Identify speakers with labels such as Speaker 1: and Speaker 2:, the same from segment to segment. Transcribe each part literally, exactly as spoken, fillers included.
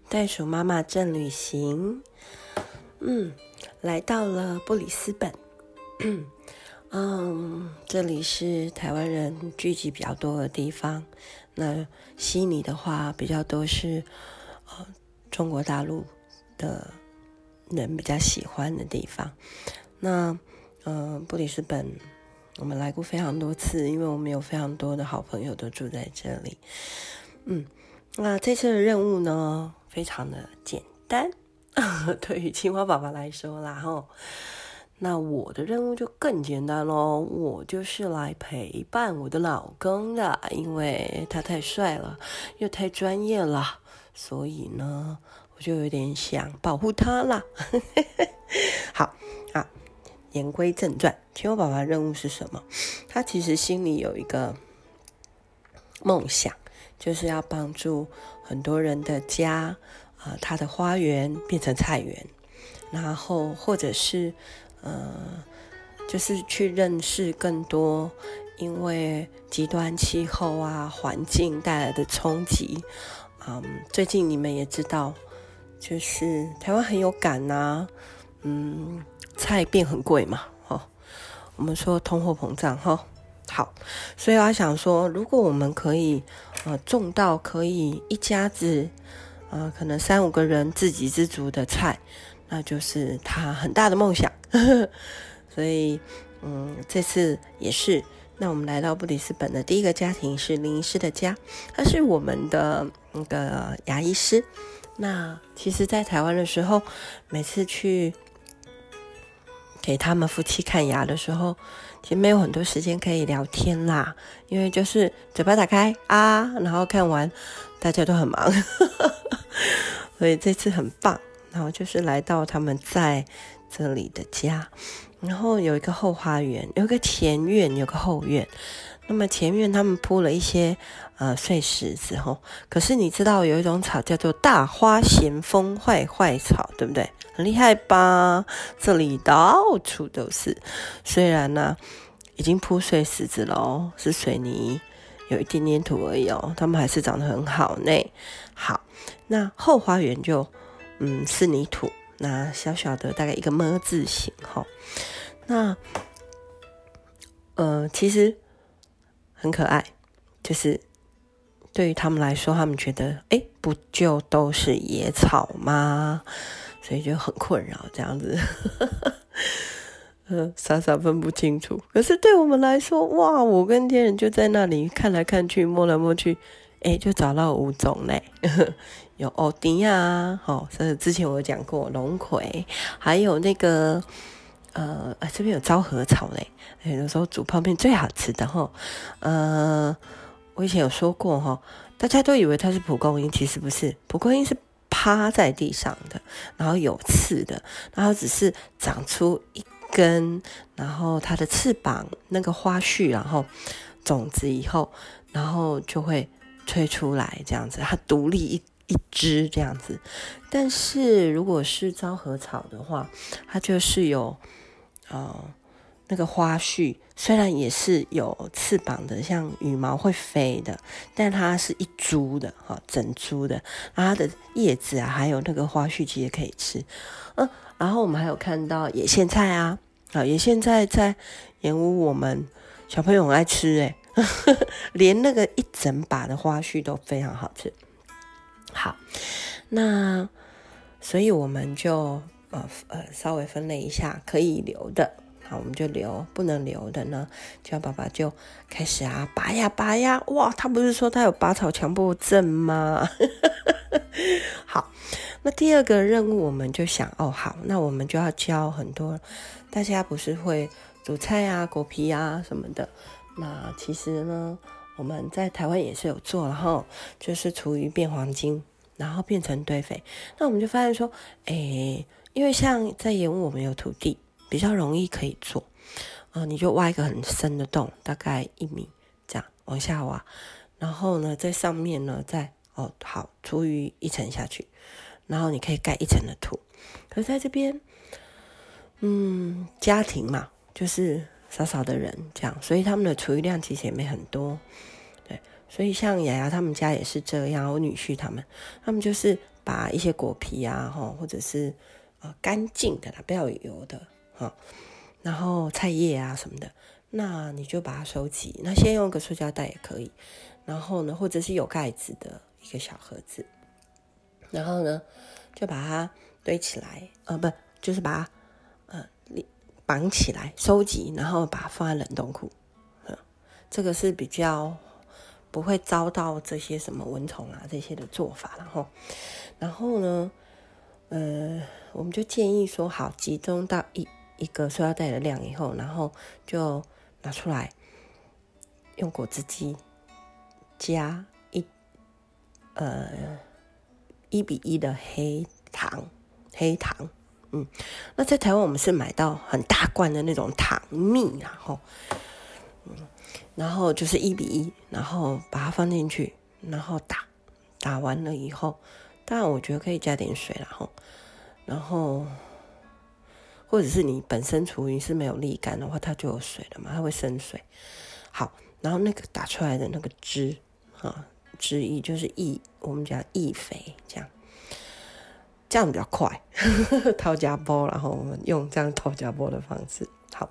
Speaker 1: 袋鼠妈妈正旅行，嗯，来到了布里斯本，嗯，这里是台湾人聚集比较多的地方。那悉尼的话，比较多是呃中国大陆的人比较喜欢的地方。那呃布里斯本我们来过非常多次，因为我们有非常多的好朋友都住在这里。嗯，那这次的任务呢，非常的简单，对于青蛙爸爸来说啦齁。那我的任务就更简单咯，我就是来陪伴我的老公的，因为他太帅了，又太专业了，所以呢，我就有点想保护他啦。好啊，言归正传，青蛙爸爸的任务是什么？他其实心里有一个梦想，就是要帮助很多人的家，呃，他的花园变成菜园，然后或者是呃，就是去认识更多因为极端气候啊、环境带来的冲击。嗯，最近你们也知道，就是台湾很有感呐、啊，嗯，菜变很贵嘛，哦，我们说通货膨胀哈。好，所以我想说，如果我们可以呃种到可以一家子呃可能三五个人自给自足的菜，那就是他很大的梦想。所以嗯，这次也是。那我们来到布里斯本的第一个家庭是林医师的家，他是我们的那个牙医师。那其实在台湾的时候，每次去给他们夫妻看牙的时候，其实没有很多时间可以聊天啦，因为就是嘴巴打开啊，然后看完大家都很忙。所以这次很棒，然后就是来到他们在这里的家，然后有一个后花园，有一个前院，有个后院。那么前院他们铺了一些呃碎石子吼，可是你知道有一种草叫做大花咸丰坏坏草，对不对？很厉害吧？这里到处都是，虽然呢已经铺碎石子了哦，是水泥，有一点点土而已哦，它们还是长得很好呢。好，那后花园就嗯是泥土，那小小的大概一个么字形吼。那呃其实很可爱，就是对于他们来说，他们觉得诶不就都是野草吗？所以就很困扰这样子。呃，傻傻分不清楚。可是对我们来说，哇，我跟天人就在那里看来看去，摸来摸去，诶就找到五种嘞。有欧迪啊，哦，这之前我有讲过龙葵，还有那个呃，这边有昭和草嘞，有时候煮泡面最好吃的哈。呃，我以前有说过哈，大家都以为它是蒲公英，其实不是，蒲公英是趴在地上的，然后有刺的，然后只是长出一根，然后它的翅膀那个花序，然后种子以后，然后就会吹出来这样子，它独立一一支这样子。但是如果是昭和草的话，它就是有呃那个花序，虽然也是有翅膀的，像羽毛会飞的，但它是一株的哈，整株的，然后它的叶子啊，还有那个花序其实可以吃。嗯，然后我们还有看到野苋菜啊，啊，野苋菜在盐屋我们小朋友很爱吃诶，连那个一整把的花序都非常好吃。好，那所以我们就呃呃稍微分类一下可以留的，好我们就留，不能留的呢，就爸爸就开始啊拔呀拔呀，哇，他不是说他有拔草强迫症吗？好，那第二个任务我们就想哦好，那我们就要教很多，大家不是会煮菜啊、果皮啊什么的，那其实呢我们在台湾也是有做，然后就是厨余变黄金，然后变成堆肥。那我们就发现说，诶，因为像在盐屋我们有土地，比较容易可以做。呃，你就挖一个很深的洞，大概一米这样往下挖，然后呢，在上面呢再哦好厨余一层下去，然后你可以盖一层的土。可是在这边，嗯，家庭嘛，就是少少的人这样，所以他们的厨余量其实也没很多。对， 所以像雅雅他们家也是这样，我女婿他们，他们就是把一些果皮啊，或者是呃干净的啦，不要有油的哈，然后菜叶啊什么的，那你就把它收集，那先用个塑胶袋也可以，然后呢，或者是有盖子的一个小盒子，然后呢就把它堆起来，呃不，就是把它呃绑起来收集，然后把它放在冷冻库，嗯，这个是比较不会遭到这些什么蚊虫啊这些的做法，然后然后呢呃我们就建议说，好，集中到一一个塑料袋的量以后，然后就拿出来用果汁机加一呃一比一的黑糖黑糖，嗯，那在台湾我们是买到很大罐的那种糖蜜，然后嗯，然后就是一比一，然后把它放进去，然后打打完了以后，当然我觉得可以加点水，然后然后或者是你本身厨余是没有沥干的话，它就有水了嘛，它会生水。好，然后那个打出来的那个汁啊，汁液就是液，我们讲液肥，这样这样比较快，掏夹波，然后我们用这样掏夹波的方式，好，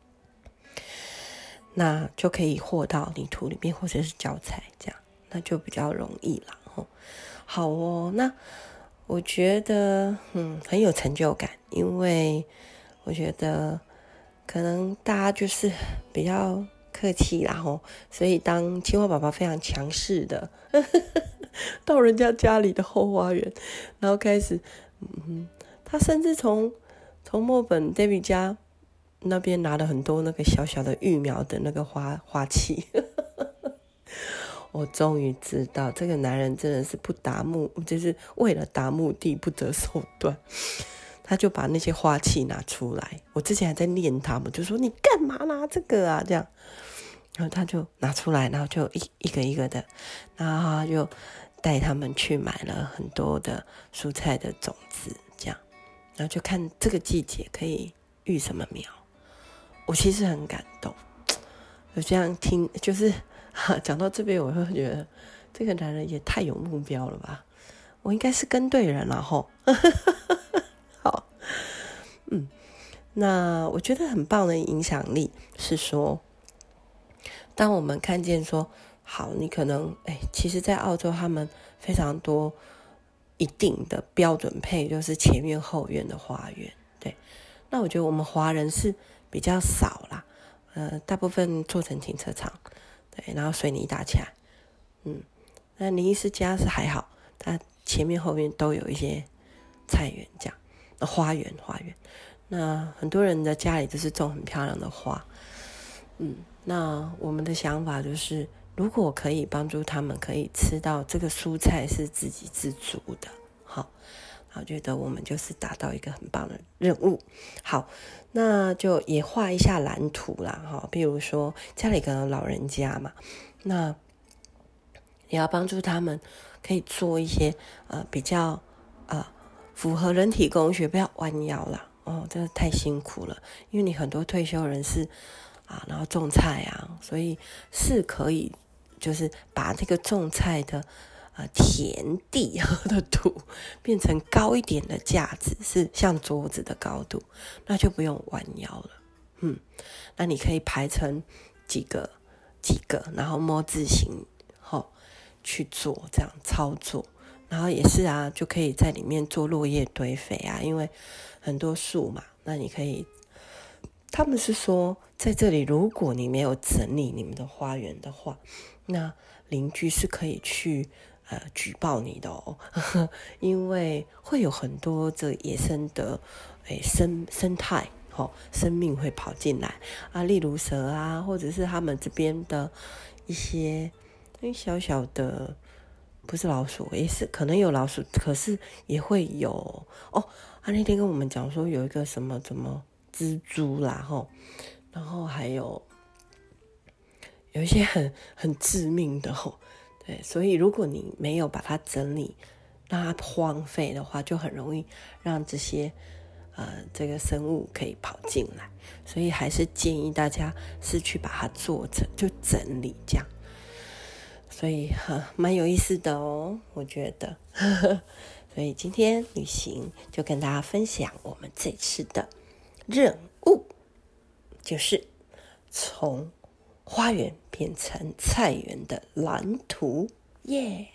Speaker 1: 那就可以和到泥土里面或者是浇菜，这样那就比较容易了。好哦，那我觉得嗯很有成就感，因为我觉得可能大家就是比较客气，然后所以当青蛙宝宝非常强势的到人家家里的后花园，然后开始嗯他甚至从从墨本 David 家那边拿了很多那个小小的育苗的那个花花器我终于知道这个男人真的是不达目，就是为了达目的不择手段，他就把那些花器拿出来，我之前还在念他们，就说你干嘛拿这个啊这样，然后他就拿出来，然后就一一个一个的，然后他就带他们去买了很多的蔬菜的种子，这样，然后就看这个季节可以育什么苗。我其实很感动，我这样听就是讲到这边，我会觉得这个男人也太有目标了吧，我应该是跟对人了吼好，嗯，那我觉得很棒的影响力是说，当我们看见说，好，你可能哎，其实在澳洲他们非常多一定的标准配，就是前院后院的花园，对，那我觉得我们华人是比较少啦，呃，大部分做成停车场，对，然后水泥打起来，嗯，那林医师家是还好，他前面后面都有一些菜园这样，呃、花园花园，那很多人的家里就是种很漂亮的花，嗯，那我们的想法就是，如果可以帮助他们可以吃到这个蔬菜是自给自足的，好，我觉得我们就是达到一个很棒的任务。好，那就也画一下蓝图啦，哈，比如说家里可能老人家嘛，那也要帮助他们可以做一些呃比较呃符合人体工学，不要弯腰啦，哦，真的太辛苦了，因为你很多退休人士啊，然后种菜啊，所以是可以就是把这个种菜的呃田地的土变成高一点的架子，是像桌子的高度，那就不用弯腰了。嗯，那你可以排成几个几个，然后摸字形后去做这样操作，然后也是啊，就可以在里面做落叶堆肥啊，因为很多树嘛，那你可以，他们是说在这里，如果你没有整理你们的花园的话，那邻居是可以去呃举报你的哦，因为会有很多这野生的诶生生态。哦、生命会跑进来啊，例如蛇啊，或者是他们这边的一些小小的，不是老鼠，也是可能有老鼠，可是也会有哦。他、啊、那天跟我们讲说有一个什么什么蜘蛛啦，吼，然后还有有一些很很致命的吼，对，所以如果你没有把它整理，让它荒废的话，就很容易让这些。呃，这个生物可以跑进来，所以还是建议大家是去把它做成就整理这样。 所以哈蛮有意思的哦，我觉得。所以今天旅行就跟大家分享我们这次的任务，就是从花园变成菜园的蓝图，耶、yeah